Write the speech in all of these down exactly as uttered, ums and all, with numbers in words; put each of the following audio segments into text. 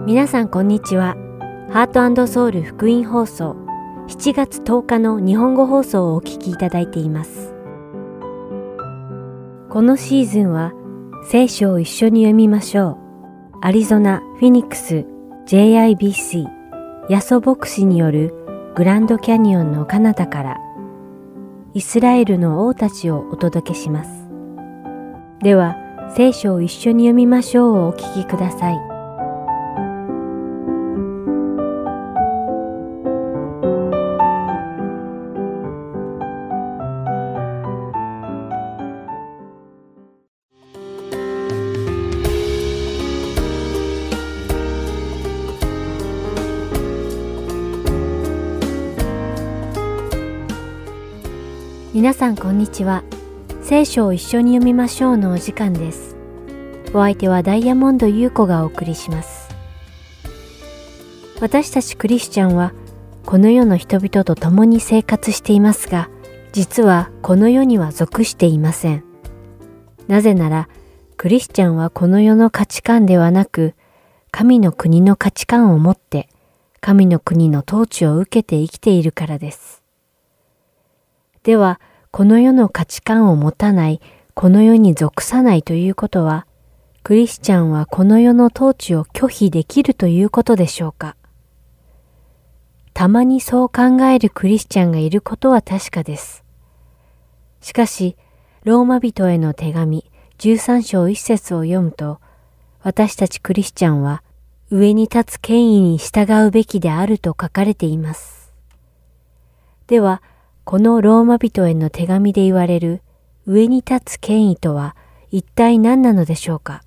皆さんこんにちは。ハート&ソウル福音放送しちがつとおかの日本語放送をお聞きいただいています。このシーズンは聖書を一緒に読みましょう。アリゾナ・フィニックス ジェイアイビーシー ヤソ牧師によるグランドキャニオンの彼方からイスラエルの王たちをお届けします。では聖書を一緒に読みましょうをお聞きください。皆さんこんにちは。聖書を一緒に読みましょうのお時間です。お相手はダイヤモンド優子がお送りします。私たちクリスチャンはこの世の人々と共に生活していますが、実はこの世には属していません。なぜならクリスチャンはこの世の価値観ではなく、神の国の価値観を持って神の国の統治を受けて生きているからです。では、この世の価値観を持たない、この世に属さないということは、クリスチャンはこの世の統治を拒否できるということでしょうか。たまにそう考えるクリスチャンがいることは確かです。しかし、ローマ人への手紙じゅうさんしょういっせつを読むと、私たちクリスチャンは上に立つ権威に従うべきであると書かれています。では、このローマ人への手紙で言われる上に立つ権威とは一体何なのでしょうか。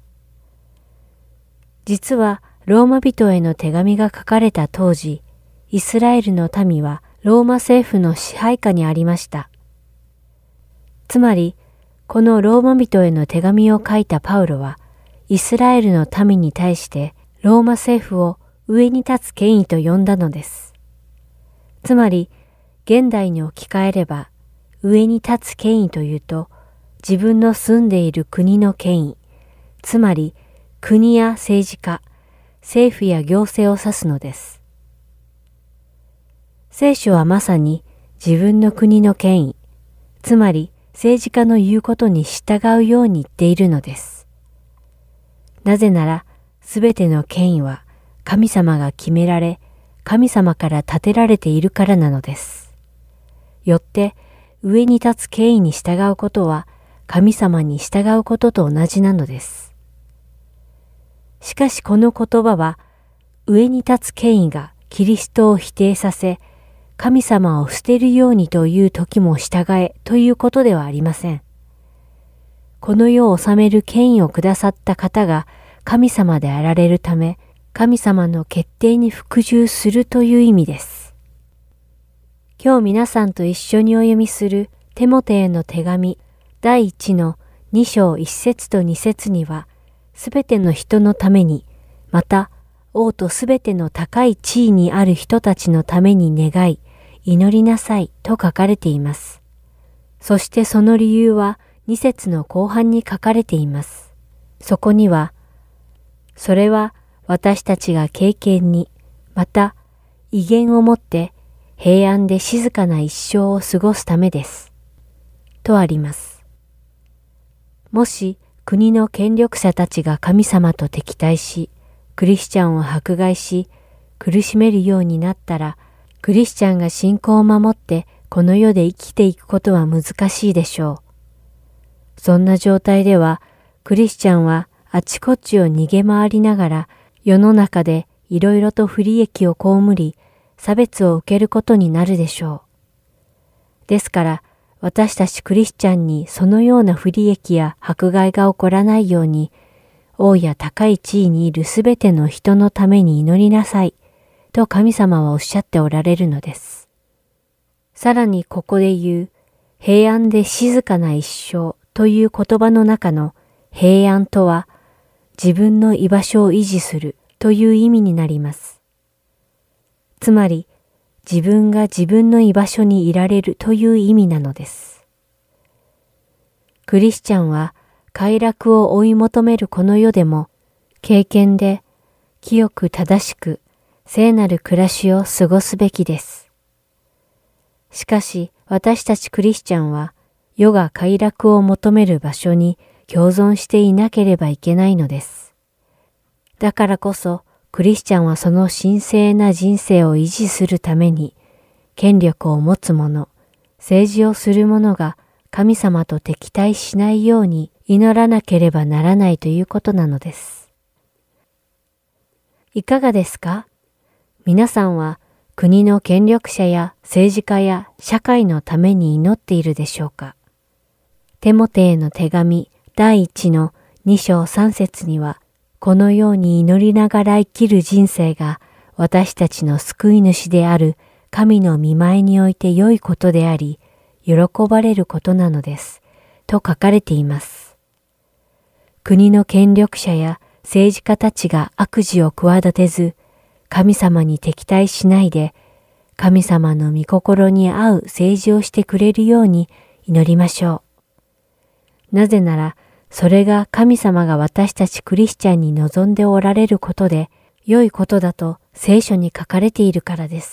実はローマ人への手紙が書かれた当時、イスラエルの民はローマ政府の支配下にありました。つまり、このローマ人への手紙を書いたパウロは、イスラエルの民に対してローマ政府を上に立つ権威と呼んだのです。つまり、現代に置き換えれば、上に立つ権威というと、自分の住んでいる国の権威、つまり国や政治家、政府や行政を指すのです。聖書はまさに自分の国の権威、つまり政治家の言うことに従うように言っているのです。なぜなら、すべての権威は神様が決められ、神様から立てられているからなのです。よって、上に立つ権威に従うことは、神様に従うことと同じなのです。しかしこの言葉は、上に立つ権威がキリストを否定させ、神様を捨てるようにという時も従えということではありません。この世を治める権威をくださった方が神様であられるため、神様の決定に服従するという意味です。今日皆さんと一緒にお読みするテモテへの手紙だいいちのにしょういっせつとにせつには、すべての人のために、また王とすべての高い地位にある人たちのために願い、祈りなさいと書かれています。そしてその理由はにせつの後半に書かれています。そこには、それは私たちが敬虔に、また威厳をもって平安で静かな一生を過ごすためです。とあります。もし国の権力者たちが神様と敵対し、クリスチャンを迫害し、苦しめるようになったら、クリスチャンが信仰を守ってこの世で生きていくことは難しいでしょう。そんな状態では、クリスチャンはあちこちを逃げ回りながら、世の中でいろいろと不利益を被り、差別を受けることになるでしょう。ですから、私たちクリスチャンにそのような不利益や迫害が起こらないように、王や高い地位にいるすべての人のために祈りなさい、と神様はおっしゃっておられるのです。さらにここで言う、平安で静かな一生という言葉の中の平安とは、自分の居場所を維持するという意味になります。つまり、自分が自分の居場所にいられるという意味なのです。クリスチャンは快楽を追い求めるこの世でも、敬虔で清く正しく聖なる暮らしを過ごすべきです。しかし私たちクリスチャンは世が快楽を求める場所に共存していなければいけないのです。だからこそクリスチャンはその神聖な人生を維持するために権力を持つ者、政治をする者が神様と敵対しないように祈らなければならないということなのです。いかがですか？皆さんは国の権力者や政治家や社会のために祈っているでしょうか？テモテへの手紙第一のに章さん節には、このように祈りながら生きる人生が私たちの救い主である神の御前において良いことであり、喜ばれることなのです、と書かれています。国の権力者や政治家たちが悪事を企てず、神様に敵対しないで、神様の御心に合う政治をしてくれるように祈りましょう。なぜなら、それが神様が私たちクリスチャンに望んでおられることで、良いことだと聖書に書かれているからです。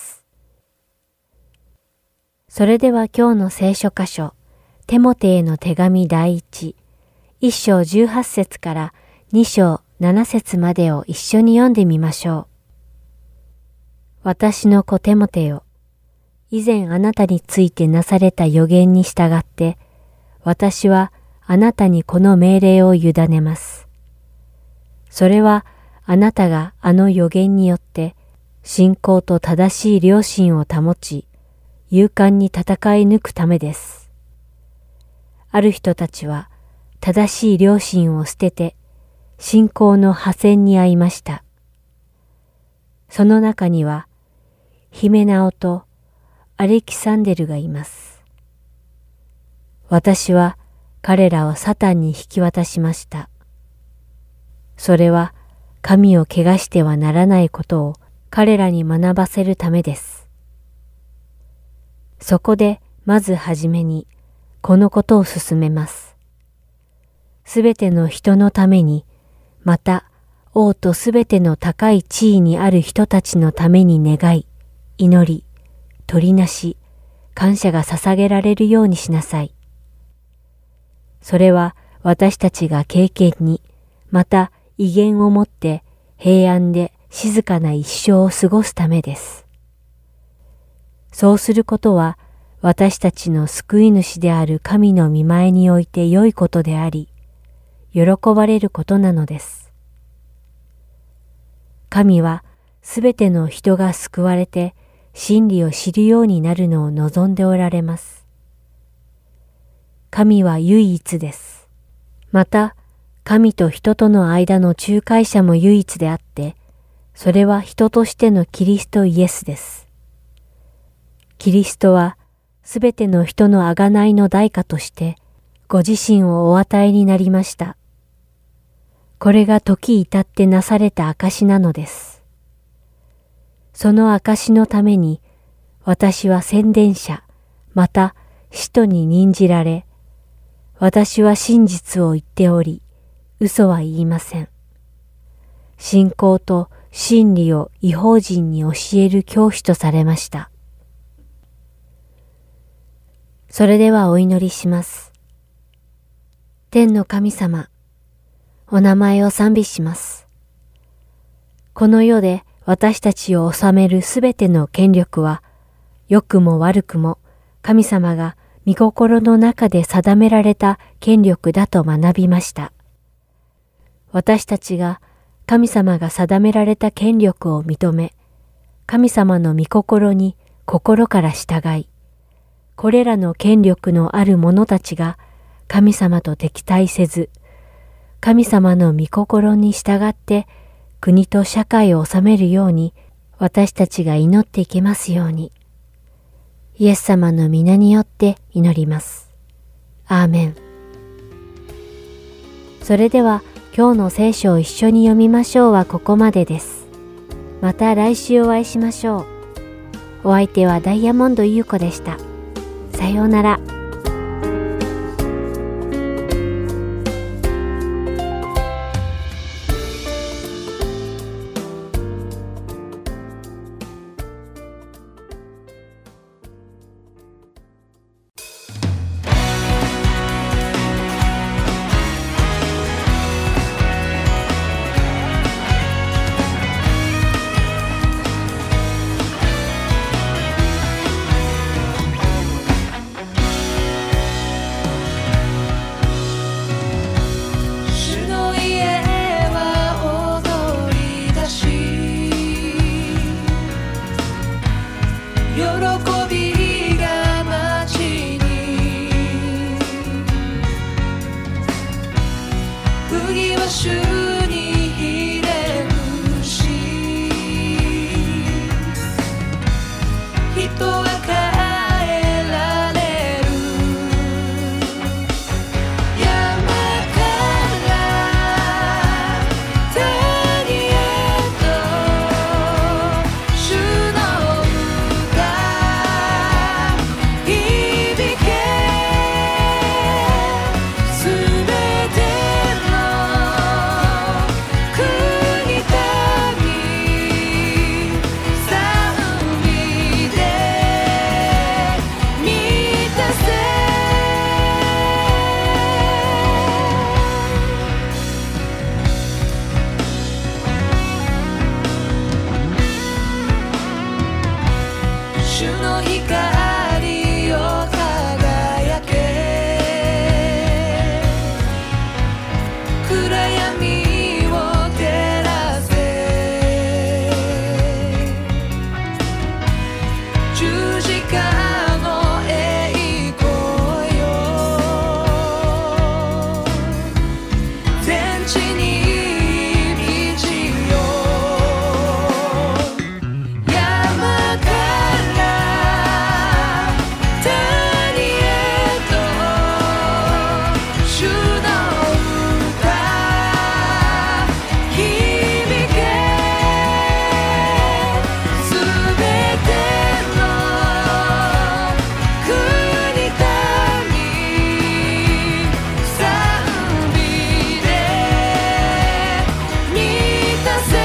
それでは今日の聖書箇所、テモテへの手紙第一、一章十八節から二章七節までを一緒に読んでみましょう。私の子テモテよ、以前あなたについてなされた預言に従って、私はあなたにこの命令を委ねます。それはあなたがあの預言によって信仰と正しい良心を保ち、勇敢に戦い抜くためです。ある人たちは正しい良心を捨てて信仰の破線に遭いました。その中にはヒメナオとアレキサンデルがいます。私は彼らをサタンに引き渡しました。それは神を汚してはならないことを彼らに学ばせるためです。そこでまずはじめにこのことを進めます。すべての人のために、また王とすべての高い地位にある人たちのために願い、祈り、取りなし、感謝が捧げられるようにしなさい。それは私たちが敬虔に、また威厳をもって平安で静かな一生を過ごすためです。そうすることは私たちの救い主である神の御前において良いことであり、喜ばれることなのです。神はすべての人が救われて真理を知るようになるのを望んでおられます。神は唯一です。また、神と人との間の仲介者も唯一であって、それは人としてのキリストイエスです。キリストはすべての人の贖いの代価としてご自身をお与えになりました。これが時至ってなされた証なのです。その証のために私は宣伝者、また使徒に任じられ、私は真実を言っており、嘘は言いません。信仰と真理を異邦人に教える教師とされました。それではお祈りします。天の神様、お名前を賛美します。この世で私たちを治めるすべての権力は、良くも悪くも神様が御心の中で定められた権力だと学びました。私たちが神様が定められた権力を認め、神様の御心に心から従い、これらの権力のある者たちが神様と敵対せず、神様の御心に従って国と社会を治めるように私たちが祈っていけますように。イエス様の皆によって祈ります。アーメン。それでは今日の聖書を一緒に読みましょうはここまでです。また来週お会いしましょう。お相手はダイヤモンド優子でした。さようなら。 釘は主に入れるし、人は変えられる。山から谷へと主の歌響け。すべての国民賛美で満たせ。主の光を輝け。暗闇を照らせ。十字架の栄光よ。天地に道よ。山から谷へと主の歌響け。すべての国民賛美で満たせ。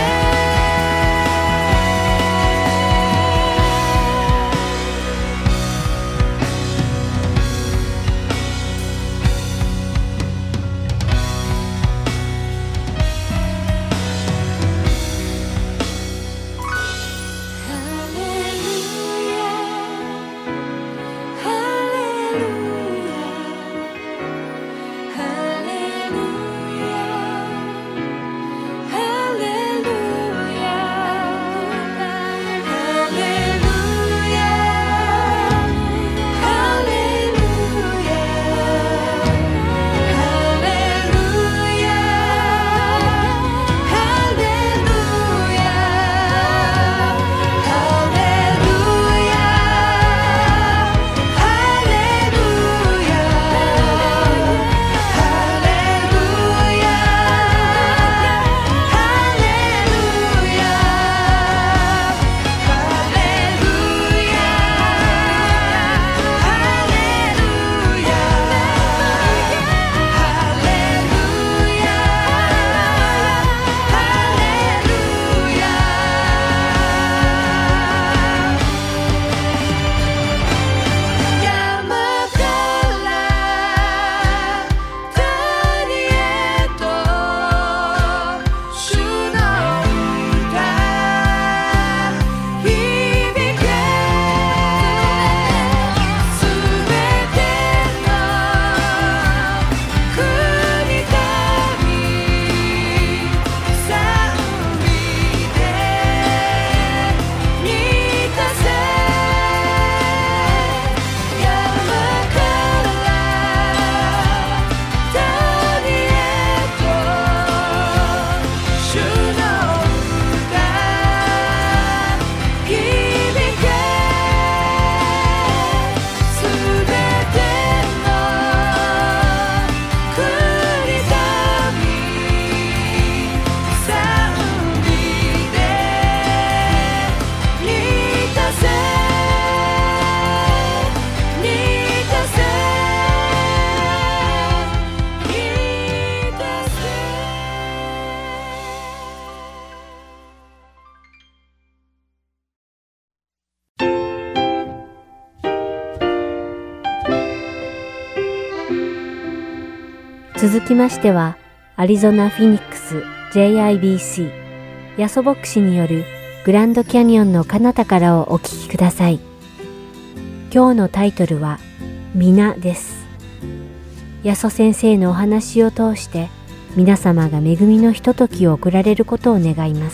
続きましては、アリゾナ・フィニックス ジェイアイビーシー ヤソ牧師によるグランドキャニオンの彼方からをお聞きください。今日のタイトルは、皆です。ヤソ先生のお話を通して、皆様が恵みのひとときを送られることを願います。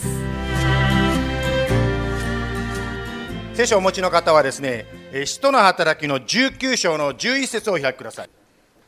聖書をお持ちの方はですね、使徒の働きのじゅうきゅう章のじゅういち節をお開きください。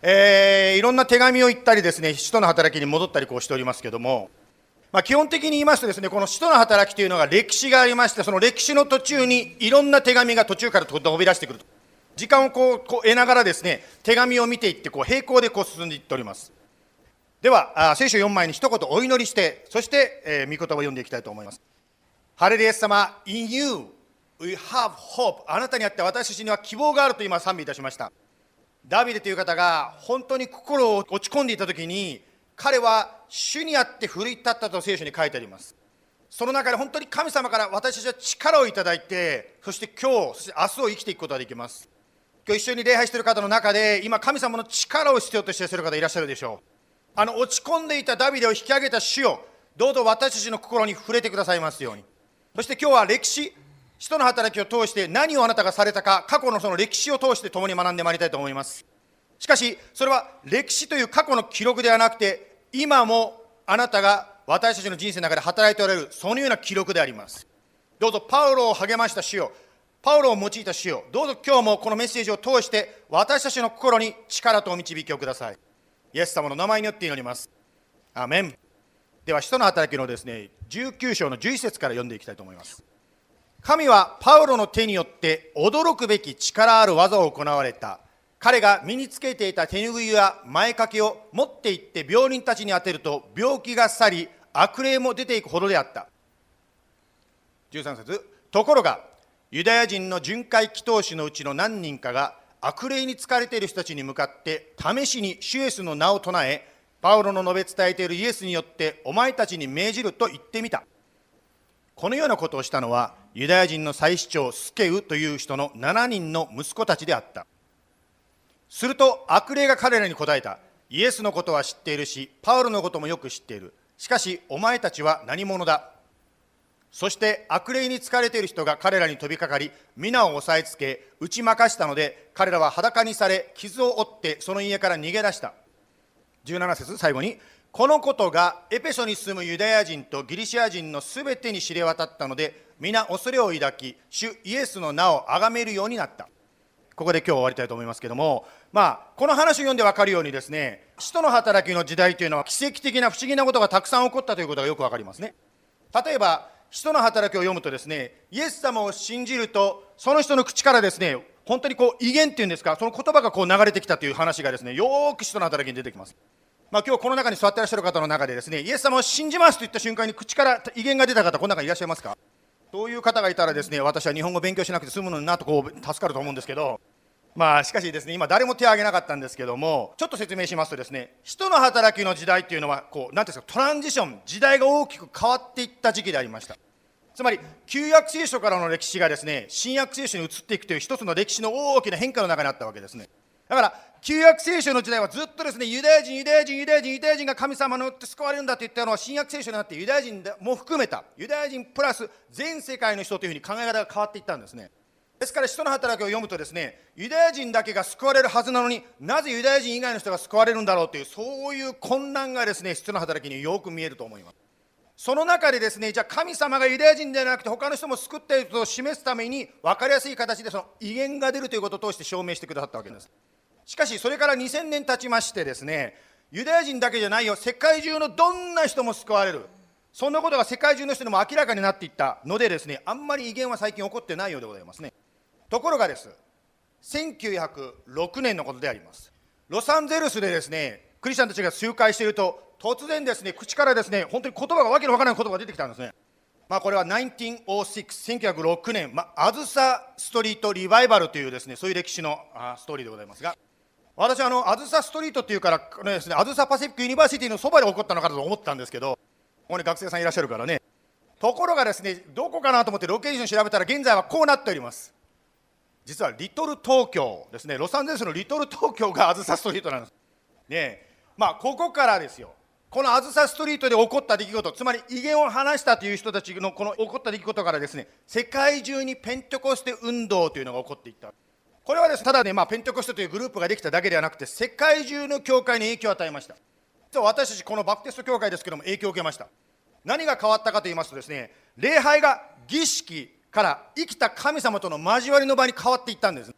えー、いろんな手紙を言ったりですね、使徒の働きに戻ったりこうしておりますけども、まあ、基本的に言いますとですね、この使徒の働きというのが歴史がありまして、その歴史の途中にいろんな手紙が途中から飛び出してくると。時間をこうこう得ながらですね、手紙を見ていってこう並行でこう進んでいっております。では、あ聖書を読む前に一言お祈りして、そして、えー、御言葉を読んでいきたいと思います。ハレルヤ様、In you we have hope。あなたにあって私たちには希望があると今賛美いたしました。ダビデという方が本当に心を落ち込んでいたときに、彼は主にあって奮い立ったと聖書に書いてあります。その中で本当に神様から私たちは力をいただいて、そして今日、そして明日を生きていくことができます。今日一緒に礼拝している方の中で、今神様の力を必要としている方いらっしゃるでしょう。あの落ち込んでいたダビデを引き上げた主よ、どうぞ私たちの心に触れてくださいますように。そして今日は歴史、使徒の働きを通して何をあなたがされたか、過去のその歴史を通して共に学んでまいりたいと思います。しかし、それは歴史という過去の記録ではなくて、今もあなたが私たちの人生の中で働いておられる、そのような記録であります。どうぞパウロを励ました主よ、パウロを用いた主よ、どうぞ今日もこのメッセージを通して私たちの心に力とお導きをください。イエス様の名前によって祈ります。アーメン。では、使徒の働きのですね、じゅうきゅう章のじゅういち節から読んでいきたいと思います。神はパウロの手によって驚くべき力ある技を行われた。彼が身につけていた手ぬぐいや前掛けを持って行って病人たちに当てると病気が去り、悪霊も出ていくほどであった。じゅうさん節。ところがユダヤ人の巡回祈祷師のうちの何人かが悪霊に疲れている人たちに向かって試しに主イエスの名を唱え、パウロの述べ伝えているイエスによってお前たちに命じると言ってみた。このようなことをしたのはユダヤ人の祭司長スケウという人のななにんの息子たちであった。すると悪霊が彼らに答えた。イエスのことは知っているし、パウロのこともよく知っている。しかしお前たちは何者だ。そして悪霊に疲れている人が彼らに飛びかかり、皆を押さえつけ打ち負かしたので、彼らは裸にされ傷を負ってその家から逃げ出した。じゅうなな節最後に、このことがエペソに住むユダヤ人とギリシア人のすべてに知れ渡ったので、皆恐れを抱き、主イエスの名を崇めるようになった。ここで今日終わりたいと思いますけども、まあ、この話を読んで分かるようにですね、使徒の働きの時代というのは奇跡的な不思議なことがたくさん起こったということがよく分かりますね。例えば使徒の働きを読むとですね、イエス様を信じるとその人の口からですね、本当にこう威厳っていうんですか、その言葉がこう流れてきたという話がですね、よーく使徒の働きに出てきます。まあ、今日この中に座っていらっしゃる方の中でですね、イエス様を信じますと言った瞬間に口から威厳が出た方、この中にいらっしゃいますか？そういう方がいたらですね、私は日本語勉強しなくて済むのになとこう助かると思うんですけど、まあしかしですね、今誰も手を挙げなかったんですけども、ちょっと説明しますとですね、使徒の働きの時代っていうのはこう何ていうんですか、トランジション、時代が大きく変わっていった時期でありました。つまり旧約聖書からの歴史がですね、新約聖書に移っていくという一つの歴史の大きな変化の中にあったわけですね。だから旧約聖書の時代はずっとですね、ユダヤ人ユダヤ人ユダヤ人ユダヤ人が神様によって救われるんだと言ったのは新約聖書になって、ユダヤ人も含めたユダヤ人プラス全世界の人というふうに考え方が変わっていったんですね。ですから使徒の働きを読むとですね、ユダヤ人だけが救われるはずなのに、なぜユダヤ人以外の人が救われるんだろうという、そういう混乱がですね、使徒の働きによく見えると思います。その中でですね、じゃあ神様がユダヤ人ではなくて他の人も救っていることを示すために、分かりやすい形でその威厳が出るということを通して証明してくださったわけです。しかしそれからにせんねん経ちましてですね、ユダヤ人だけじゃないよ、世界中のどんな人も救われる、そんなことが世界中の人にも明らかになっていったのでですね、あんまり威厳は最近起こってないようでございますね。ところがです、せんきゅうひゃくろくねんのことであります。ロサンゼルスでですね、クリスチャンたちが集会していると、突然ですね、口からですね、本当に言葉がわけのわからない言葉が出てきたんですね。まあ、これはせんきゅうひゃくろく、せんきゅうひゃくろくねん、まあ、アズサストリートリバイバルというですね、そういう歴史のあストーリーでございますが、私はあのアズサストリートっていうから、ねですね、アズサパシフィックユニバーシティのそばで起こったのかと思ったんですけど、ここに学生さんいらっしゃるからね。ところがですね、どこかなと思ってロケーション調べたら、現在はこうなっております。実はリトル東京ですね、ロサンゼルスのリトル東京がアズサストリートなんです。ね、まあここからですよ、このアズサストリートで起こった出来事、つまり威厳を話したという人たちのこの起こった出来事からですね、世界中にペンテコステ運動というのが起こっていった。これはですね、ただね、まあ、ペンテコステというグループができただけではなくて、世界中の教会に影響を与えました。実は私たちこのバプテスト教会ですけども、影響を受けました。何が変わったかと言いますとですね、礼拝が儀式から生きた神様との交わりの場に変わっていったんです。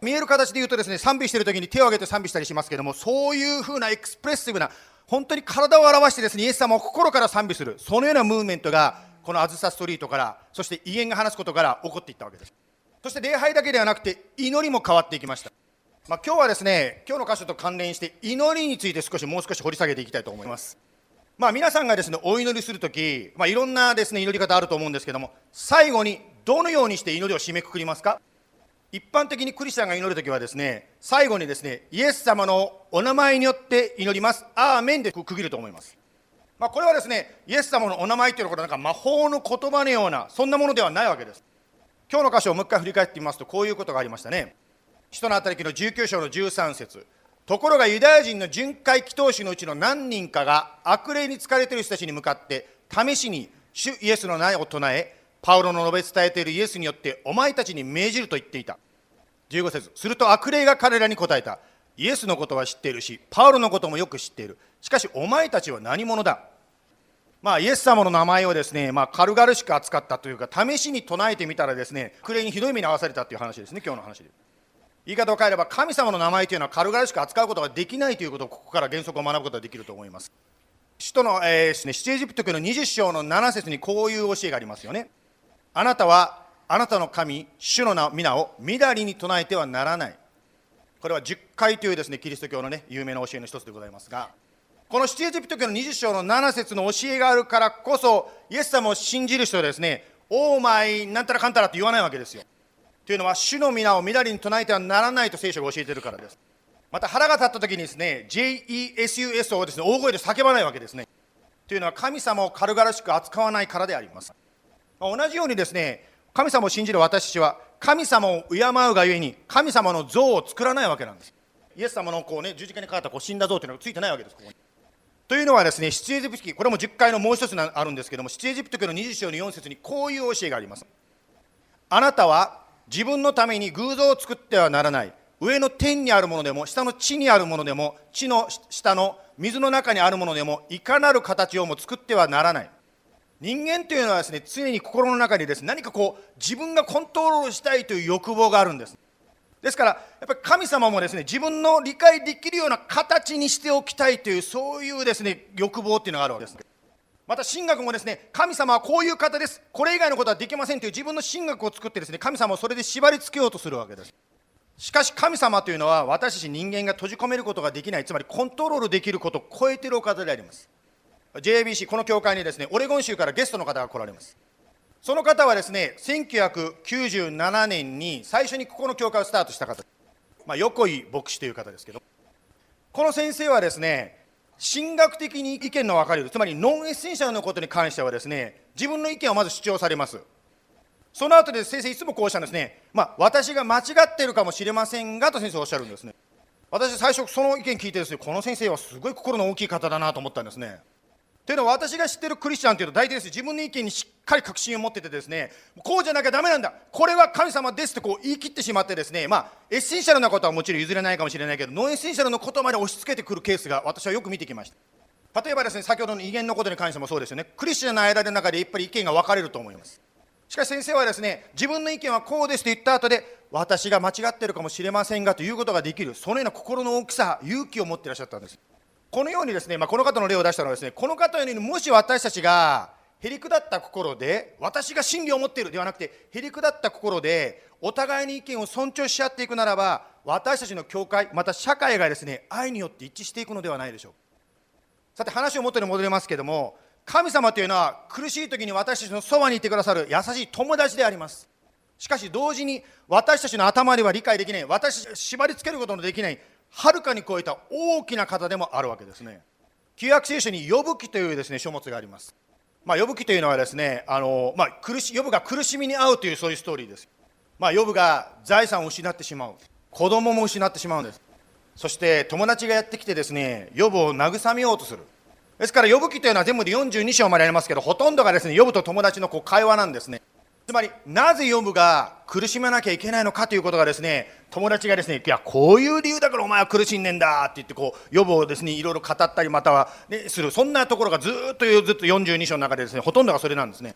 見える形で言うとですね、賛美している時に手を挙げて賛美したりしますけども、そういうふうなエクスプレッシブな、本当に体を表してですね、イエス様を心から賛美する、そのようなムーブメントがこのあずさストリートから、そして威厳が話すことから起こっていったわけです。そして礼拝だけではなくて祈りも変わっていきました。まあ、今日はですね、今日の箇所と関連して祈りについて少しもう少し掘り下げていきたいと思います。まあ、皆さんがですね、お祈りするとき、まあ、いろんなですね、祈り方あると思うんですけども、最後にどのようにして祈りを締めくくりますか？一般的にクリスチャンが祈るときはですね、最後にですね、イエス様のお名前によって祈ります、アーメンで区切ると思います。まあ、これはですね、イエス様のお名前というのはなんか魔法の言葉のような、そんなものではないわけです。今日の箇所をもう一回振り返ってみますと、こういうことがありましたね。使徒の働きのじゅうきゅう章のじゅうさん節。ところがユダヤ人の巡回祈祷師のうちの何人かが悪霊に疲れている人たちに向かって試しに主イエスの名を唱え、パウロの述べ伝えているイエスによってお前たちに命じると言っていた。じゅうご節。すると悪霊が彼らに答えた。イエスのことは知っているし、パウロのこともよく知っている。しかしお前たちは何者だ。まあ、イエス様の名前をですね、まあ、軽々しく扱ったというか、試しに唱えてみたらですね、悪霊にひどい目に遭わされたという話ですね、今日の話で。言い方を変えれば、神様の名前というのは軽々しく扱うことができないということを、ここから原則を学ぶことができると思います。使徒の、えーですね、出エジプト記のにじゅう章のなな節にこういう教えがありますよね。あなたはあなたの神、主の皆をみだりに唱えてはならない。これは十戒というですね、キリスト教のね、有名な教えの一つでございますが、この出エジプト記のにじゅう章のなな節の教えがあるからこそ、イエス様を信じる人はですね、オーマイなんたらかんたらって言わないわけですよ。というのは、主の皆をみだりに唱えてはならないと聖書が教えているからです。また腹が立った時にですね、ジェイイーエスユーエス をですね、大声で叫ばないわけですね。というのは、神様を軽々しく扱わないからであります。同じようにですね、神様を信じる私たちは、神様を敬うがゆえに、神様の像を作らないわけなんです。イエス様のこう、ね、十字架にかかったこう死んだ像というのがついてないわけです、ここに。というのはですね、出エジプト記、これもじゅっかいのもう一つあるんですけども、出エジプト記のにじゅう章のよん節にこういう教えがあります。あなたは自分のために偶像を作ってはならない。上の天にあるものでも、下の地にあるものでも、地の下の水の中にあるものでも、いかなる形をも作ってはならない。人間というのはですね、常に心の中にですね、何かこう自分がコントロールしたいという欲望があるんです。ですからやっぱり神様もですね、自分の理解できるような形にしておきたいという、そういうですね、欲望っていうのがあるわけです。また神学もですね、神様はこういう方です、これ以外のことはできませんという自分の神学を作ってですね、神様をそれで縛り付けようとするわけです。しかし神様というのは、私たち人間が閉じ込めることができない、つまりコントロールできることを超えているお方であります。 ジェイエービーシー、 この教会にですね、オレゴン州からゲストの方が来られます。その方はですね、せんきゅうひゃくきゅうじゅうななねんに最初にここの教会をスタートした方、まあ、横井牧師という方ですけど、この先生はですね、神学的に意見の分かれる、つまりノンエッセンシャルのことに関してはですね、自分の意見をまず主張されます。その後で先生いつもこうしたんですね、まあ、私が間違っているかもしれませんがと先生おっしゃるんですね。私最初その意見聞いてですね、この先生はすごい心の大きい方だなと思ったんですね。というのは、私が知っているクリスチャンというと大体ですね、自分の意見にしっかり確信を持っててですね、こうじゃなきゃダメなんだ、これは神様ですってこう言い切ってしまってですね、まあエッセンシャルなことはもちろん譲れないかもしれないけど、ノンエッセンシャルのことまで押し付けてくるケースが私はよく見てきました。例えばですね、先ほどの威厳のことに関してもそうですよね。クリスチャンの間の中でやっぱり意見が分かれると思います。しかし先生はですね、自分の意見はこうですと言った後で、私が間違っているかもしれませんがということができる、そのような心の大きさ、勇気を持っていらっしゃったんです。このようにですね、まあ、この方の例を出したのはですね、この方のようにもし私たちがへりくだった心で、私が真理を持っているではなくて、へりくだった心でお互いに意見を尊重し合っていくならば、私たちの教会、また社会がですね、愛によって一致していくのではないでしょう。さて話を元に戻りますけれども、神様というのは苦しい時に私たちのそばにいてくださる優しい友達であります。しかし同時に私たちの頭では理解できない、私たちを縛り付けることのできない、はるかに超えた大きな方でもあるわけですね。旧約聖書にヨブ記というですね書物があります。まあ、ヨブ記というのはですね、あの、まあ、苦しヨブが苦しみに遭うというそういうストーリーです。まあ、ヨブが財産を失ってしまう、子供も失ってしまうんです。そして友達がやってきてですね、ヨブを慰めようとする。ですからヨブ記というのは全部でよんじゅうに章までありますけど、ほとんどがですね、ヨブと友達のこう会話なんですね。つまりなぜヨブが苦しめなきゃいけないのかということがですね、友達がですね、いやこういう理由だからお前は苦しんでんだって言ってこうヨブをですねいろいろ語ったりまたは、ね、する、そんなところがずっとずっとよんじゅうに章の中でですね、ほとんどがそれなんですね。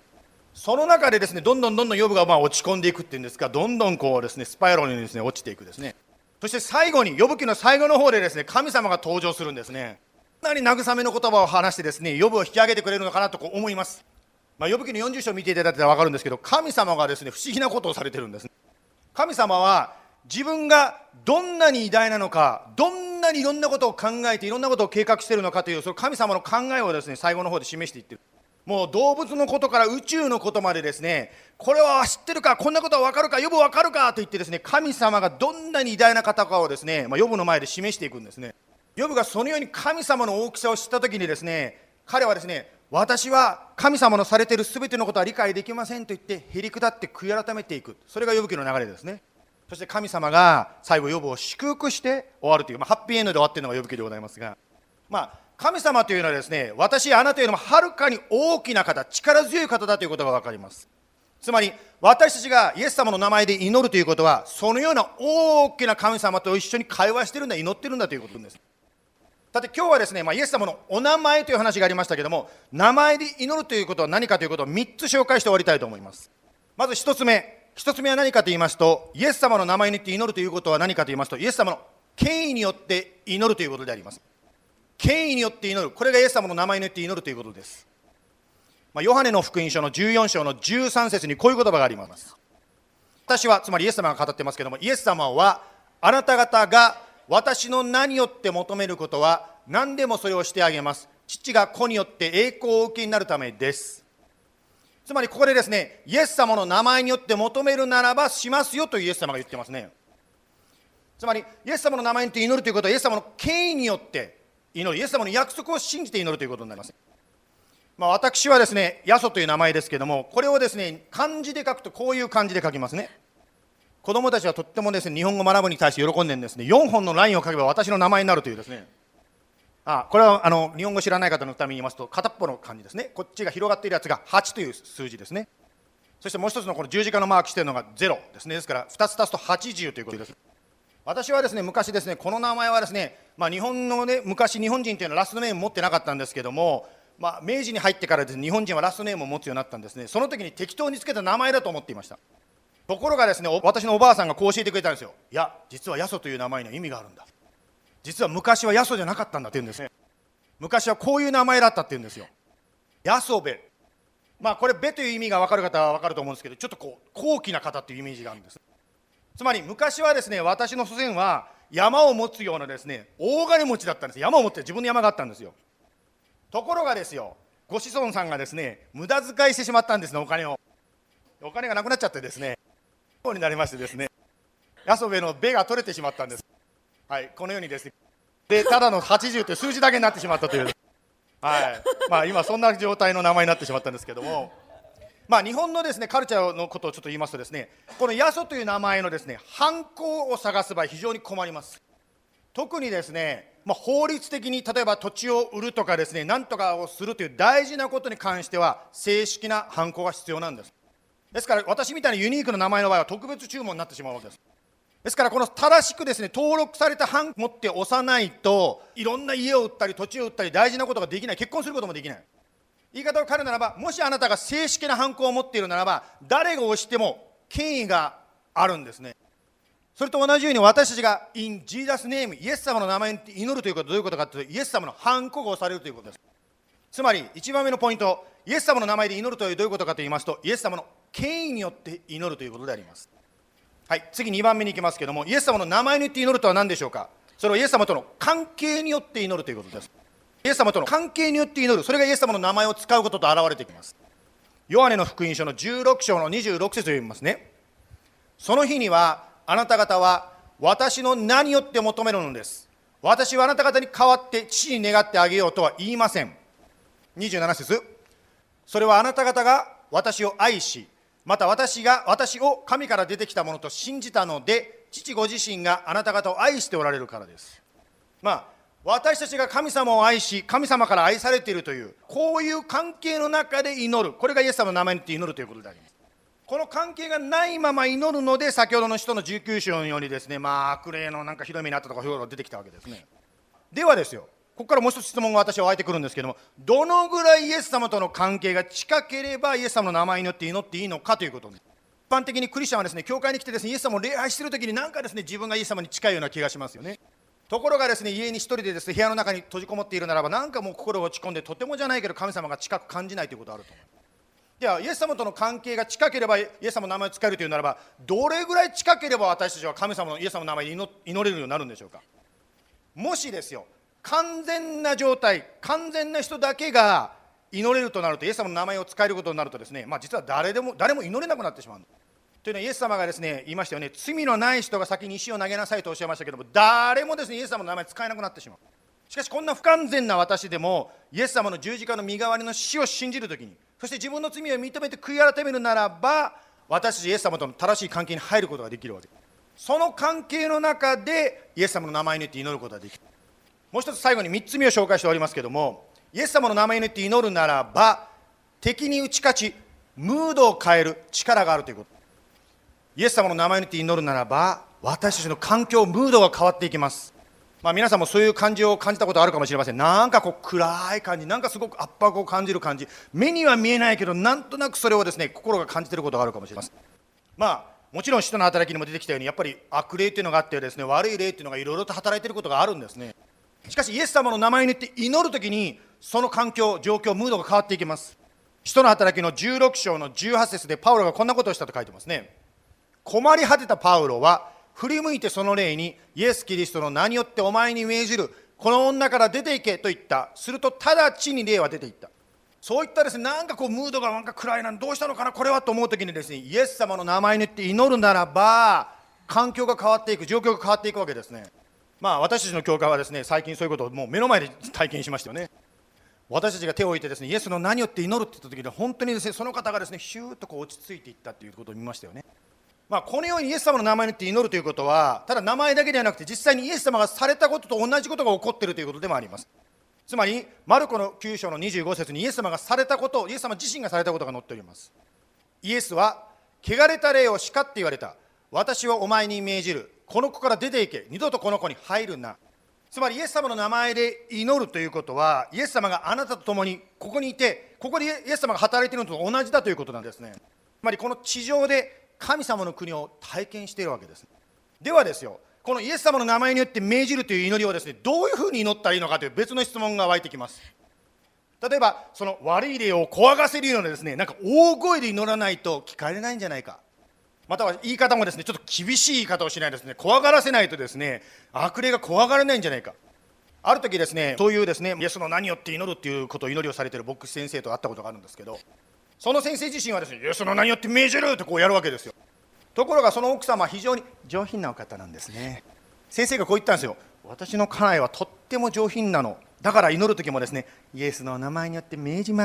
その中でですね、どんどんどんどんヨブがまあ落ち込んでいくっていうんですか、どんどんこうですね、スパイラルにですね、落ちていくですね。そして最後に、ヨブ記の最後の方でですね、神様が登場するんですね。かなり慰めの言葉を話してですね、ヨブを引き上げてくれるのかなとこう思います。まあ、ヨブ記のよんじゅう章を見ていただいたら分かるんですけど、神様がですね、不思議なことをされてるんです。神様は自分がどんなに偉大なのか、どんなにいろんなことを考えていろんなことを計画しているのかという、その神様の考えをですね、最後の方で示していってる。もう動物のことから宇宙のことまでですね、これは知ってるか、こんなことは分かるか、ヨブ分かるかと言ってですね、神様がどんなに偉大な方かをですね、まあ、ヨブの前で示していくんですね。ヨブがそのように神様の大きさを知ったときにですね、彼はですね、私は神様のされているすべてのことは理解できませんと言ってへりくだって悔い改めていく、それがヨブ記の流れですね。そして神様が最後ヨブを祝福して終わるという、まあ、ハッピーエンドで終わっているのがヨブ記でございますが、まあ、神様というのはですね、私あなたよりもはるかに大きな方、力強い方だということが分かります。つまり私たちがイエス様の名前で祈るということは、そのような大きな神様と一緒に会話してるんだ、祈ってるんだということです。さて今日はですね、まあ、イエス様のお名前という話がありましたけれども、名前で祈るということは何かということをみっつ紹介して終わりたいと思います。まずひとつめ、ひとつめは何かと言いますと、イエス様の名前によって祈るということは何かと言いますと、イエス様の権威によって祈るということであります。権威によって祈る、これがイエス様の名前によって祈るということです。まあ、ヨハネの福音書のじゅうよん章のじゅうさん節にこういう言葉があります。私は、つまりイエス様が語ってますけども、イエス様はあなた方が私の名によって求めることは何でもそれをしてあげます。父が子によって栄光をお受けになるためです。つまりここでですね、イエス様の名前によって求めるならばしますよとイエス様が言ってますね。つまりイエス様の名前によって祈るということは、イエス様の権威によって祈る、イエス様の約束を信じて祈るということになります。まあ、私はですね、ヤソという名前ですけども、これをですね、漢字で書くとこういう漢字で書きますね。子供たちはとってもですね、日本語を学ぶに対して喜んでるんですね。よんほんのラインを書けば私の名前になるというですね。あ、これはあの日本語知らない方のために言いますと、片っぽの漢字ですね。こっちが広がっているやつがはちという数字ですね。そしてもう一つのこの十字架のマークしているのがゼロですね。ですからふたつ足すとはちじゅうということです。私はですね、昔ですね、この名前はですね、まあ、日本のね、昔日本人というのはラストネーム持ってなかったんですけども、まあ、明治に入ってからですね、日本人はラストネームを持つようになったんですね。その時に適当につけた名前だと思っていました。ところがですね、私のおばあさんがこう教えてくれたんですよ。いや、実はヤソという名前には意味があるんだ。実は昔はヤソじゃなかったんだって言うんですね。昔はこういう名前だったって言うんですよ。ヤソベ。まあこれベという意味が分かる方は分かると思うんですけど、ちょっとこう高貴な方というイメージがあるんです。つまり昔はですね、私の祖先は山を持つようなですね、大金持ちだったんです。山を持って自分の山があったんですよ。ところがですよ、ご子孫さんがですね、無駄遣いしてしまったんですね、お金を。お金がなくなっちゃってですね、になりましてですね、ヤソベのベが取れてしまったんです。はい、このようにですね、でただのはちじゅうという数字だけになってしまったという、はい、まあ今そんな状態の名前になってしまったんですけども、まあ日本のですねカルチャーのことをちょっと言いますとですね、このヤソという名前のですね犯行を探す場合非常に困ります。特にですね、まあ、法律的に例えば土地を売るとかですね、何とかをするという大事なことに関しては正式な犯行が必要なんです。ですから私みたいなユニークな名前の場合は特別注文になってしまうわけです。ですからこの正しくですね登録された版を持って押さないと、いろんな家を売ったり土地を売ったり大事なことができない、結婚することもできない。言い方を変えるならば、もしあなたが正式な版を持っているならば、誰が押しても権威があるんですね。それと同じように私たちが in Jesus name イエス様の名前に祈るということはどういうことかというと、イエス様の版が押されるということです。つまりいちばんめのポイント、イエス様の名前で祈るというどういうことかと言いますと、イエス様の権威によって祈るということであります。はい、次にばんめに行きますけれども、イエス様の名前によって祈るとは何でしょうか。それはイエス様との関係によって祈るということです。イエス様との関係によって祈る、それがイエス様の名前を使うことと現れてきます。ヨハネの福音書のじゅうろく章のにじゅうろく節を読みますね。その日にはあなた方は私の名によって求めるのです。私はあなた方に代わって父に願ってあげようとは言いません。にじゅうなな節、それはあなた方が私を愛し、また私が私を神から出てきたものと信じたので、父ご自身があなた方を愛しておられるからです。まあ私たちが神様を愛し、神様から愛されているという、こういう関係の中で祈る、これがイエス様の名前によって祈るということであります。この関係がないまま祈るので、先ほどの使徒のじゅうきゅう章のようにですね、まあ悪霊のなんかひどい目にあったとかそういうのが出てきたわけですね。ではですよ、 こからもう一つ質問が私は湧いてくるんですけども、どのぐらいイエス様との関係が近ければイエス様の名前によって祈っていいのかということです。一般的にクリスチャンはですね、教会に来てですね、イエス様を礼拝しているときになんかですね、自分がイエス様に近いような気がしますよね。ところがですね、家に一人でですね、部屋の中に閉じこもっているならば、なんかもう心が落ち込んで、とてもじゃないけど神様が近く感じないということがあると思います。ではイエス様との関係が近ければイエス様の名前を使えるというならば、どれぐらい近ければ私たちは神様のイエス様の名前で祈祈れるようになるんでしょうか。もしですよ、完全な状態、完全な人だけが祈れるとなると、イエス様の名前を使えることになるとですね、まあ、実は誰でも誰も祈れなくなってしまう。というのはイエス様がですね言いましたよね。罪のない人が先に石を投げなさいとおっしゃいましたけども、誰もですねイエス様の名前使えなくなってしまう。しかしこんな不完全な私でもイエス様の十字架の身代わりの死を信じるときに、そして自分の罪を認めて悔い改めるならば、私たちイエス様との正しい関係に入ることができるわけです。その関係の中でイエス様の名前によって祈ることができる。もう一つ最後にみっつめを紹介しておりますけども、イエス様の名前によって祈るならば、敵に打ち勝ちムードを変える力があるということ。イエス様の名前によって祈るならば、私たちの環境、ムードが変わっていきます。まあ、皆さんもそういう感じを感じたことあるかもしれません。なんかこう暗い感じ、なんかすごく圧迫を感じる感じ、目には見えないけどなんとなくそれをですね心が感じていることがあるかもしれません。まあもちろん使徒の働きにも出てきたように、やっぱり悪霊というのがあってですね、悪い霊というのがいろいろと働いていることがあるんですね。しかしイエス様の名前によって祈るときに、その環境、状況、ムードが変わっていきます。使徒の働きのじゅうろく章のじゅうはち節でパウロがこんなことをしたと書いてますね。困り果てたパウロは振り向いてその霊に、イエス・キリストの名によってお前に命じる、この女から出て行けと言った。すると直ちに霊は出て行った。そういったですね、なんかこうムードがなんか暗いな、どうしたのかなこれはと思うときにですね、イエス様の名前によって祈るならば、環境が変わっていく、状況が変わっていくわけですね。まあ私たちの教会はですね、最近そういうことをもう目の前で体験しましたよね。私たちが手を置いてですね、イエスの名によって祈るって言った時に、本当にですね、その方がですね、ヒューッとこう落ち着いていったということを見ましたよね。まあ、このようにイエス様の名前によって祈るということは、ただ名前だけではなくて、実際にイエス様がされたことと同じことが起こっているということでもあります。つまりマルコのきゅう章のにじゅうご節にイエス様がされたこと、イエス様自身がされたことが載っております。イエスは、汚れた霊を叱って言われた。私はお前に命じる。この子から出て行け。二度とこの子に入るな。つまりイエス様の名前で祈るということは、イエス様があなたと共にここにいて、ここでイエス様が働いているのと同じだということなんですね。つまりこの地上で神様の国を体験しているわけです。ではですよ、このイエス様の名前によって命じるという祈りをですね、どういうふうに祈ったらいいのかという別の質問が湧いてきます。例えばその悪い霊を怖がせるようなですね、なんか大声で祈らないと聞かれないんじゃないか、または言い方もですね、ちょっと厳しい言い方をしないですね、怖がらせないとですね、悪霊が怖がらないんじゃないか。ある時ですね、そういうですね、イエスの名によって祈るっていうことを祈りをされている牧師先生と会ったことがあるんですけど、その先生自身はですね、イエスの名によって命じるってこうやるわけですよ。ところがその奥様は非常に上品なお方なんですね。先生がこう言ったんですよ。私の家内はとっても上品なの。だから祈る時もですね、イエスの名前によって命じます。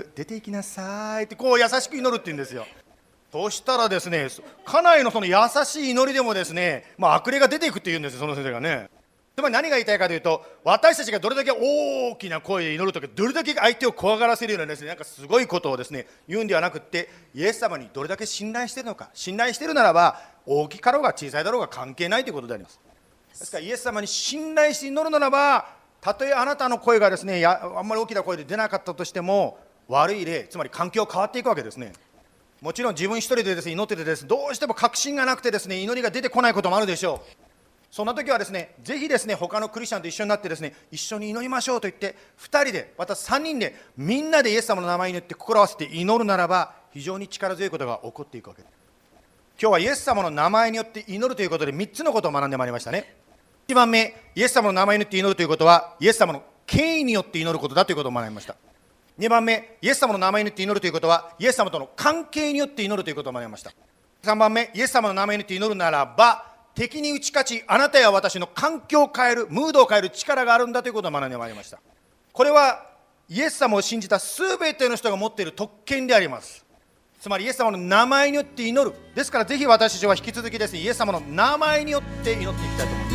出て行きなさいってこう優しく祈るって言うんですよ。そうしたらですね、家内のその優しい祈りでもですね、まあ、悪霊が出ていくって言うんですよ、その先生がね。つまり何が言いたいかというと、私たちがどれだけ大きな声で祈るとき、どれだけ相手を怖がらせるようなですね、なんかすごいことをですね言うんではなくって、イエス様にどれだけ信頼しているのか、信頼しているならば大きかろうが小さいだろうが関係ないということであります。ですからイエス様に信頼して祈るならば、たとえあなたの声がですねやあんまり大きな声で出なかったとしても、悪い霊、つまり環境変わっていくわけですね。もちろん自分一人でですね祈っててですね、どうしても確信がなくてですね祈りが出てこないこともあるでしょう。そんな時はですね、ぜひですね他のクリスチャンと一緒になってですね、一緒に祈りましょうと言って、ふたりでまたさんにんでみんなでイエス様の名前によって心を合わせて祈るならば、非常に力強いことが起こっていくわけです。今日はイエス様の名前によって祈るということでみっつのことを学んでまいりましたね。いちばんめ、イエス様の名前によって祈るということは、イエス様の権威によって祈ることだということを学びました。にばんめ、イエス様の名前によって祈るということは、イエス様との関係によって祈るということを学びました。さんばんめ、イエス様の名前によって祈るならば、敵に打ち勝ち、あなたや私の環境を変える、ムードを変える力があるんだということを学んでまいりました。これはイエス様を信じたすべての人が持っている特権であります。つまりイエス様の名前によって祈る。ですからぜひ私たちは引き続きですね、イエス様の名前によって祈っていきたいと思います。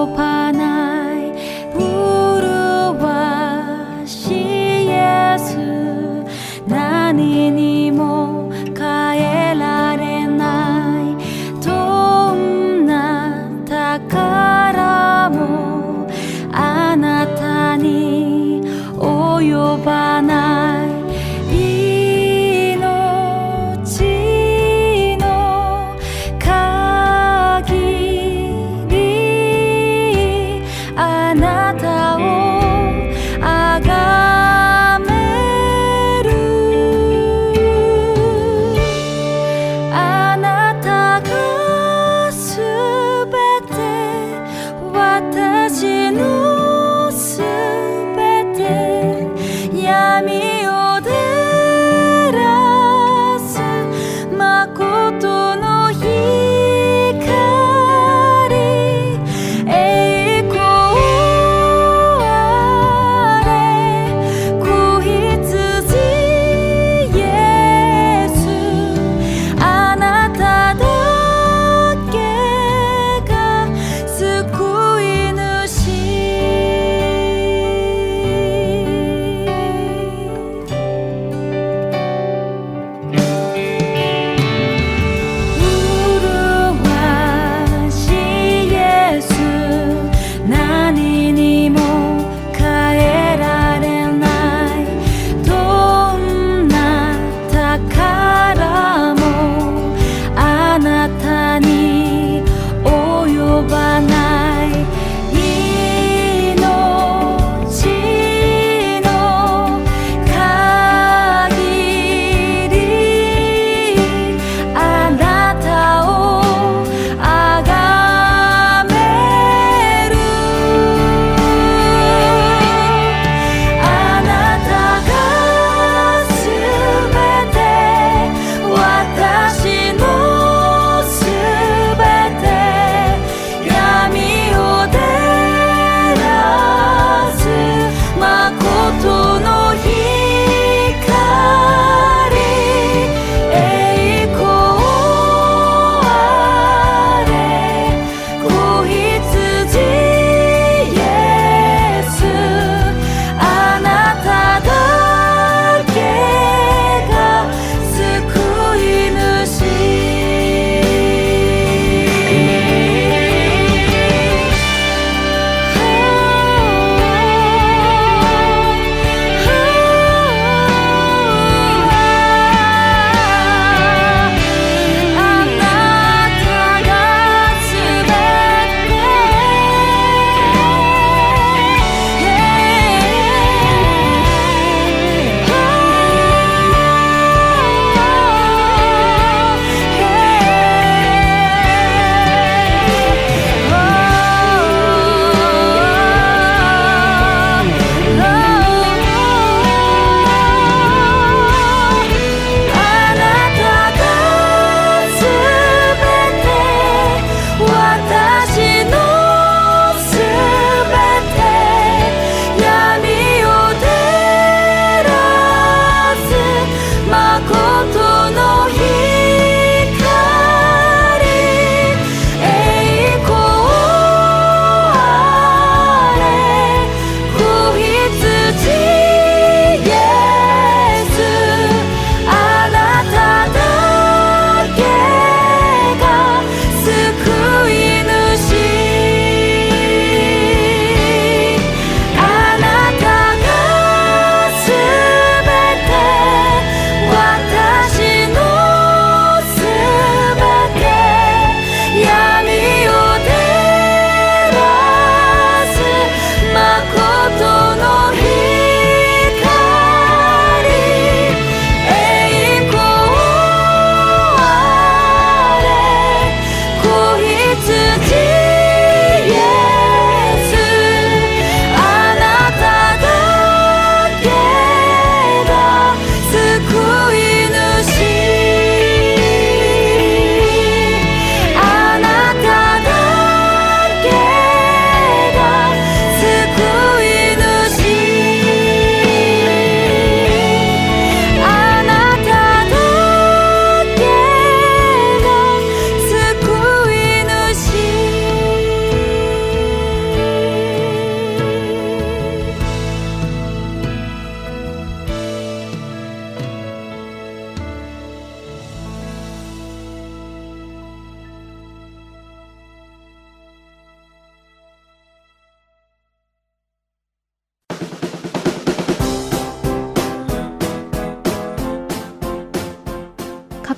ばない麗しいイエス、何にも変えられないどんな宝もあなたに及ばない。命の限り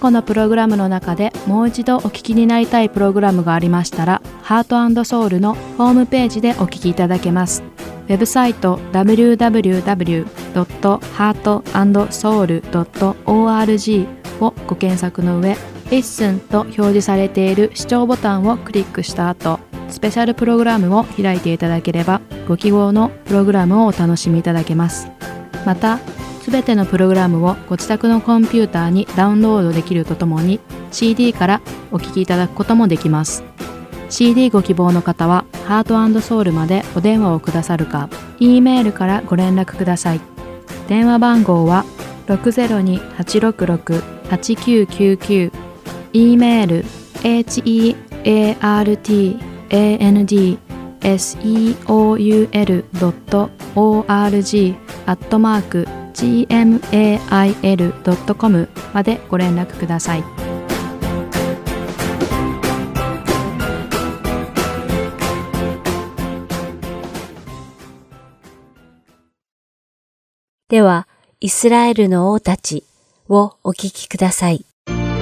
去のプログラムの中でもう一度お聞きになりたいプログラムがありましたら、ハート&ソウルのホームページでお聞きいただけます。ウェブサイト ダブリューダブリューダブリュードットハートアンドソウルドットオーアールジー をご検索の上、Listen と表示されている視聴ボタンをクリックした後、スペシャルプログラムを開いていただければ、ご記号のプログラムをお楽しみいただけます。また、すべてのプログラムをご自宅のコンピューターにダウンロードできるとともに シーディー からお聞きいただくこともできます。シーディー ご希望の方はハート&ソウルまでお電話をくださるか、E メールからご連絡ください。電話番号は ろくゼロに はちろくろく はちきゅうきゅうきゅう、E メール ヘーエーアールティーエーエヌディーソウル ドットオーアールジー アットマーク ジーエムエーアイエル ドットコム までご連絡ください。 では、イスラエルの王たちをお聞きください。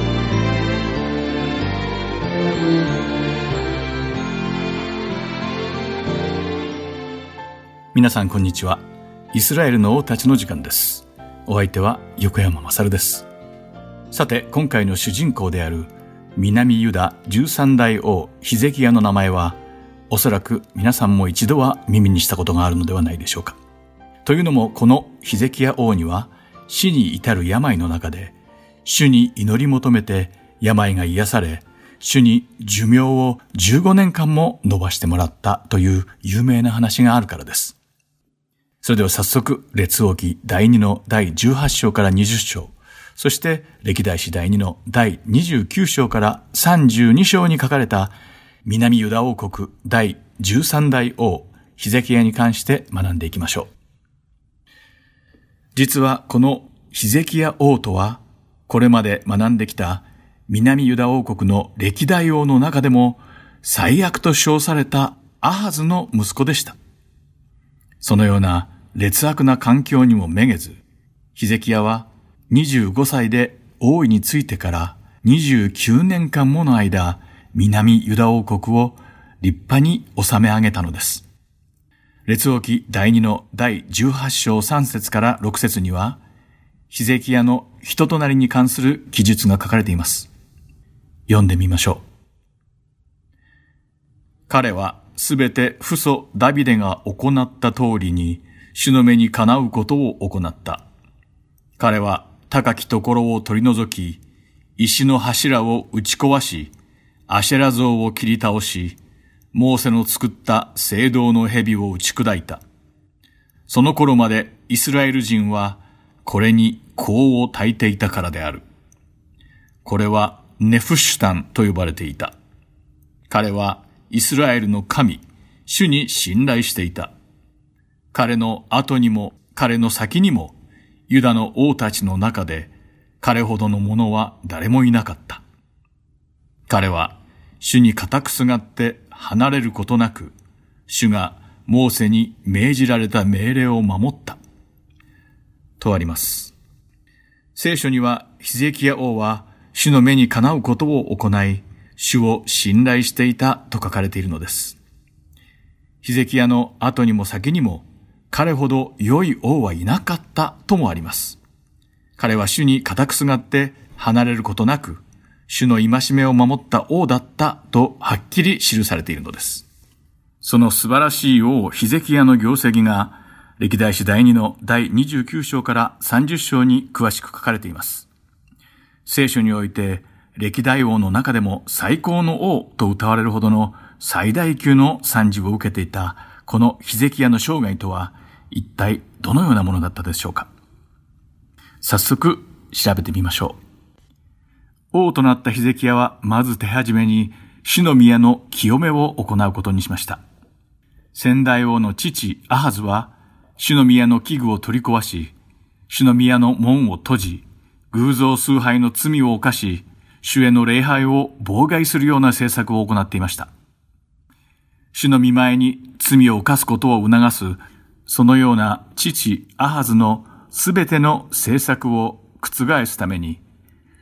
皆さんこんにちは。イスラエルの王たちの時間です。お相手は横山まさるです。さて、今回の主人公である南ユダじゅうさん代王ヒゼキヤの名前は、おそらく皆さんも一度は耳にしたことがあるのではないでしょうか。というのも、このヒゼキヤ王には死に至る病の中で主に祈り求めて病が癒され、主に寿命をじゅうごねんかんも延ばしてもらったという有名な話があるからです。それでは早速、列王記第にの第じゅうはち章からにじゅっ章、そして歴代史第にの第にじゅうきゅう章からさんじゅうに章に書かれた南ユダ王国第じゅうさん代王ヒゼキヤに関して学んでいきましょう。実はこのヒゼキヤ王とは、これまで学んできた南ユダ王国の歴代王の中でも最悪と称されたアハズの息子でした。そのような劣悪な環境にもめげず、ヒゼキヤはにじゅうごさいで王位についてからにじゅうきゅうねんかんもの間、南ユダ王国を立派に治め上げたのです。列王記第にの第じゅうはち章さん節からろく節には、ヒゼキヤの人となりに関する記述が書かれています。読んでみましょう。彼はすべて父祖ダビデが行った通りに、主の目にかなうことを行った。彼は高きところを取り除き、石の柱を打ち壊し、アシェラ像を切り倒し、モーセの作った聖堂の蛇を打ち砕いた。その頃までイスラエル人はこれに香を焚いていたからである。これはネフシュタンと呼ばれていた。彼はイスラエルの神、主に信頼していた。彼の後にも彼の先にもユダの王たちの中で彼ほどの者は誰もいなかった。彼は主に固くすがって離れることなく、主がモーセに命じられた命令を守った。とあります。聖書にはヒゼキヤ王は主の目にかなうことを行い、主を信頼していたと書かれているのです。ヒゼキヤの後にも先にも彼ほど良い王はいなかったともあります。彼は主に固くすがって離れることなく、主の戒めを守った王だったとはっきり記されているのです。その素晴らしい王ヒゼキヤの業績が歴代史第にの第にじゅうきゅう章からさんじゅう章に詳しく書かれています。聖書において歴代王の中でも最高の王と謳われるほどの最大級の賛辞を受けていたこのヒゼキヤの生涯とは一体どのようなものだったでしょうか。早速調べてみましょう。王となったヒゼキヤはまず手始めに主の宮の清めを行うことにしました。先代王の父アハズは主の宮の器具を取り壊し、主の宮の門を閉じ、偶像崇拝の罪を犯し、主への礼拝を妨害するような政策を行っていました。主の御前に罪を犯すことを促す、そのような父アハズのすべての政策を覆すために、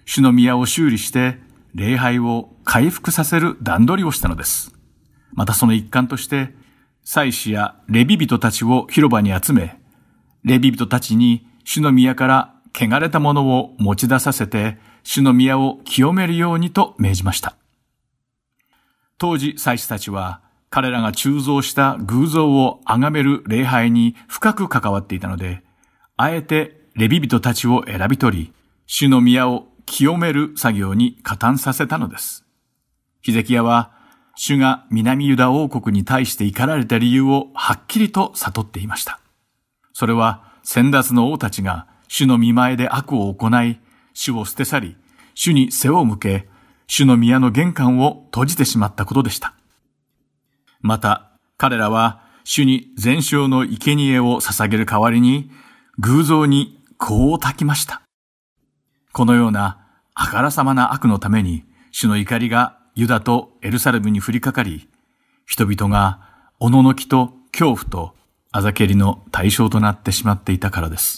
主の宮を修理して礼拝を回復させる段取りをしたのです。またその一環として、祭司やレビ人たちを広場に集め、レビ人たちに主の宮から汚れたものを持ち出させて、主の宮を清めるようにと命じました。当時祭司たちは、彼らが鋳造した偶像を崇める礼拝に深く関わっていたので、あえてレビ人たちを選び取り、主の宮を清める作業に加担させたのです。ヒゼキヤは、主が南ユダ王国に対して怒られた理由をはっきりと悟っていました。それは先達の王たちが主の御前で悪を行い、主を捨て去り、主に背を向け、主の宮の玄関を閉じてしまったことでした。また、彼らは主に全焼の生贄を捧げる代わりに、偶像に香を焚きました。このようなあからさまな悪のために、主の怒りがユダとエルサレムに降りかかり、人々がおののきと恐怖とあざけりの対象となってしまっていたからです。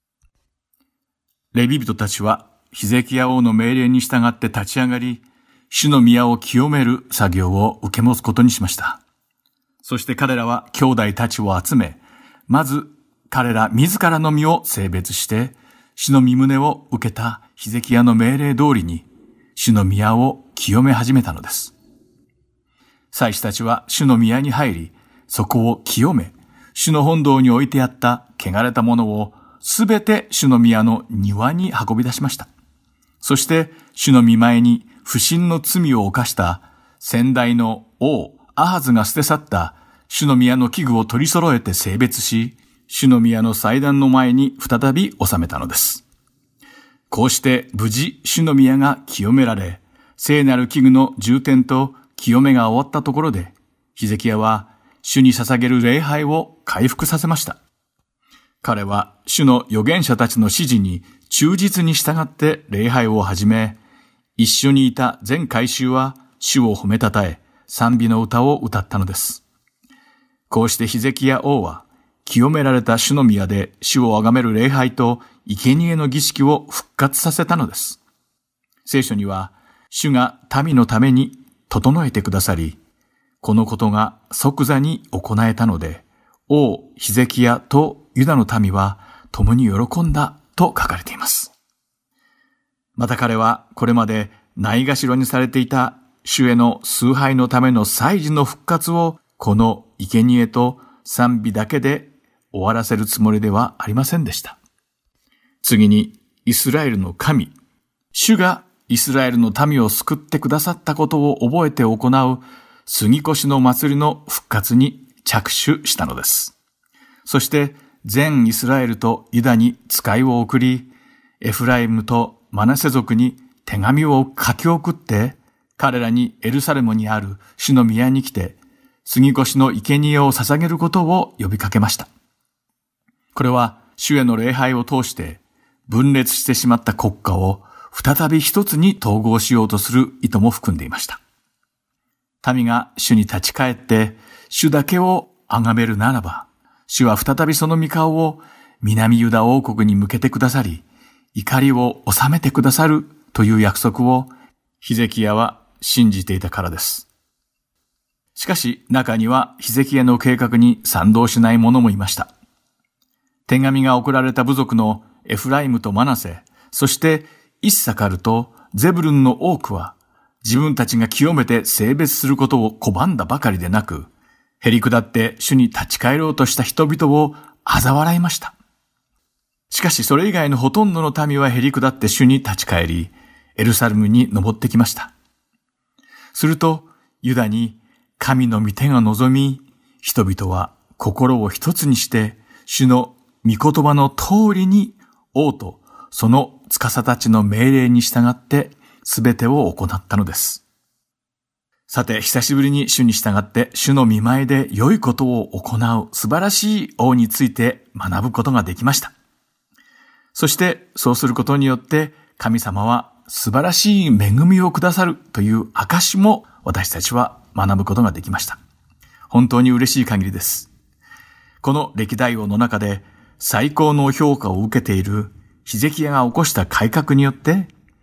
レビ人たちはヒゼキヤ王の命令に従って立ち上がり、主の宮を清める作業を受け持つことにしました。そして彼らは兄弟たちを集め、まず彼ら自らの身を性別して、主の御胸を受けたヒゼキヤの命令通りに、主の宮を清め始めたのです。祭司たちは主の宮に入り、そこを清め、主の本堂に置いてあった汚れたものをすべて主の宮の庭に運び出しました。そして主の御前に不審の罪を犯した先代の王アハズが捨て去った主の宮の器具を取り揃えて性別し、主の宮の祭壇の前に再び収めたのです。こうして無事主の宮が清められ、聖なる器具の充填と清めが終わったところで、ヒゼキヤは主に捧げる礼拝を回復させました。彼は主の預言者たちの指示に忠実に従って礼拝を始め、一緒にいた全会衆は主を褒めたたえ、賛美の歌を歌ったのです。こうしてヒゼキヤ王は、清められた主の宮で主を崇める礼拝と生贄の儀式を復活させたのです。聖書には、主が民のために整えてくださり、このことが即座に行えたので、王ヒゼキヤとユダの民は共に喜んだと書かれています。また彼はこれまでないがしろにされていた主への崇拝のための祭事の復活をこの生贄と賛美だけで終わらせるつもりではありませんでした。次にイスラエルの神、主がイスラエルの民を救ってくださったことを覚えて行う杉越の祭りの復活に着手したのです。そして全イスラエルとユダに使いを送り、エフライムとマナセ族に手紙を書き送って、彼らにエルサレムにある主の宮に来て、杉越の生贄を捧げることを呼びかけました。これは主への礼拝を通して分裂してしまった国家を再び一つに統合しようとする意図も含んでいました。民が主に立ち返って主だけを崇めるならば、主は再びその御顔を南ユダ王国に向けてくださり、怒りを収めてくださるという約束をヒゼキヤは信じていたからです。しかし中にはヒゼキヤの計画に賛同しない者もいました。手紙が送られた部族のエフライムとマナセ、そしてイッサカルとゼブルンの多くは自分たちが清めて聖別することを拒んだばかりでなく、へりくだって主に立ち返ろうとした人々を嘲笑いました。しかしそれ以外のほとんどの民はへりくだって主に立ち返り、エルサレムに登ってきました。するとユダに神の御手が望み、人々は心を一つにして主の御言葉の通りに王とその司たちの命令に従ってすべてを行ったのです。さて、久しぶりに主に従って主の御前で良いことを行う素晴らしい王について学ぶことができました。そしてそうすることによって神様は素晴らしい恵みをくださるという証も私たちは学ぶことができました。本当に嬉しい限りです。この歴代王の中で最高の評価を受けているヒゼキヤが起こした改革によって、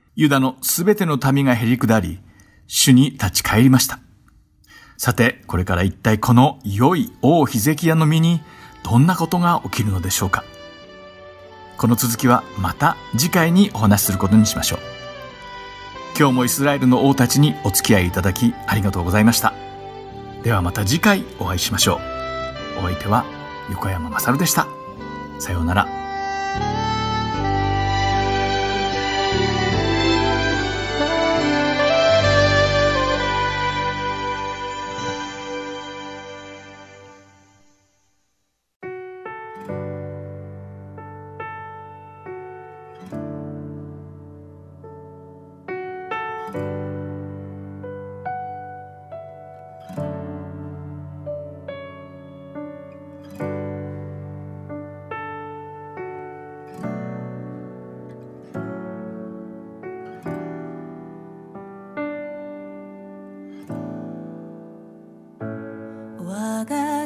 ユダのすべての民がへり下り、主に立ち返りました。さて、これから一体この良い王ヒゼキヤの身にどんなことが起きるのでしょうか。この続きはまた次回にお話しすることにしましょう。今日もイスラエルの王たちにお付き合いいただきありがとうございました。ではまた次回お会いしましょう。お相手は横山まさるでした。さようなら。 我が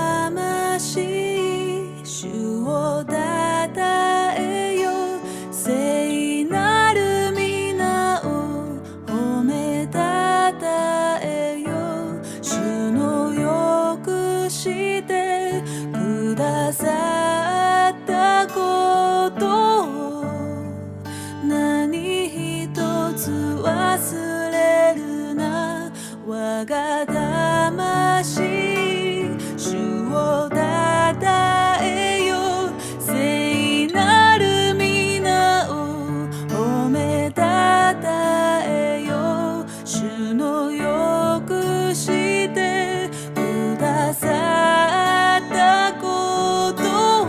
魂主をたたえよ、聖なる皆を褒めたたえよ。主のよくしてくださったことを何一つ忘れるな。我が魂主をたたえよ、聖なる皆を褒めたたえよ。主のよくしてくださったことを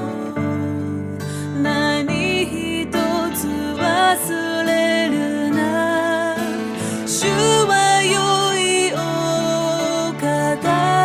何一つ忘れるな。主は良いお方、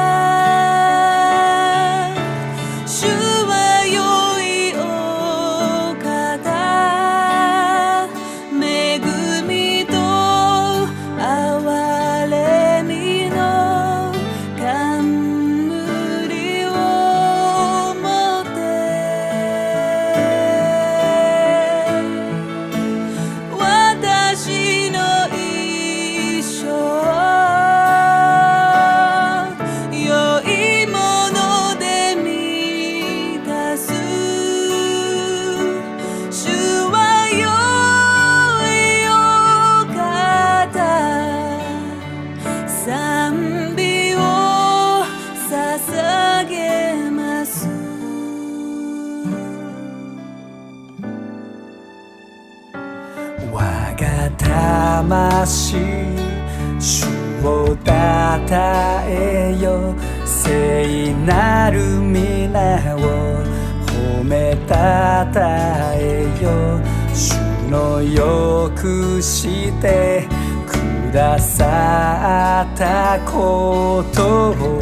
魂主をたたえよ、聖なる皆を褒めたたえよ。主のよくしてくださったことを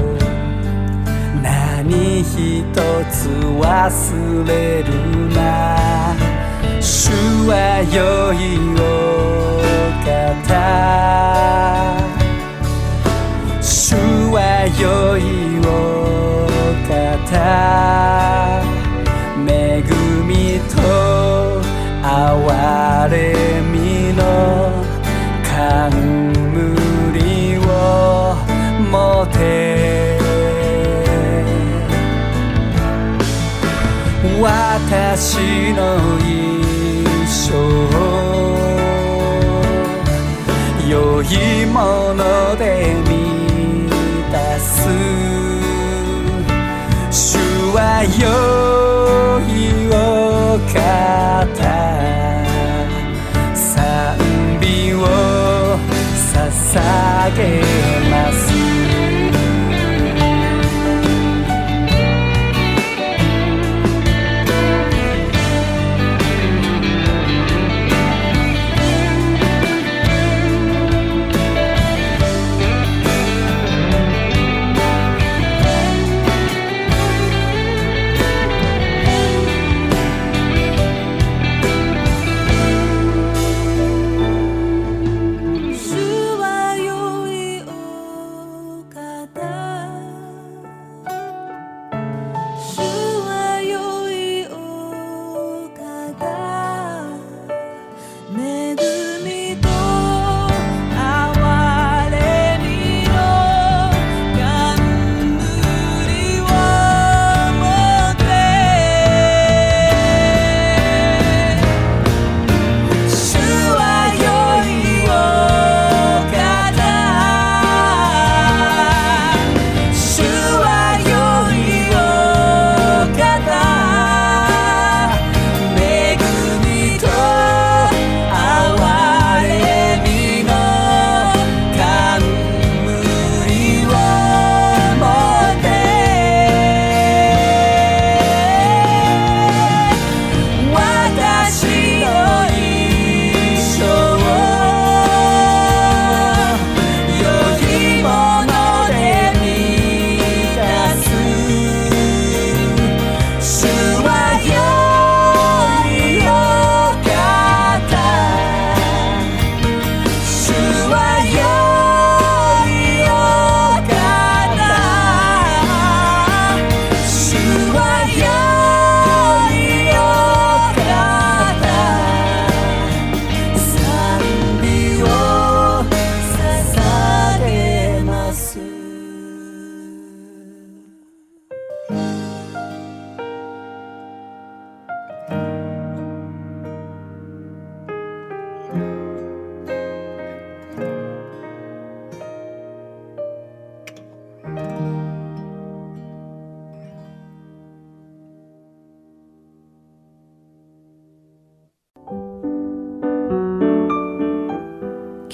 何一つ忘れるな。主は良いお方、主は良いお方、恵みと憐れみの冠を持て、私の一生良いもので満たす。主は良いお方、賛美を捧げます。主は良いお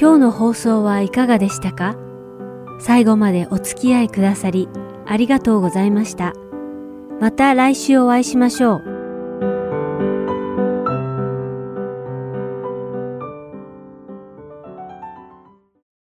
今日の放送はいかがでしたか？最後までお付き合いくださりありがとうございました。また来週お会いしましょう。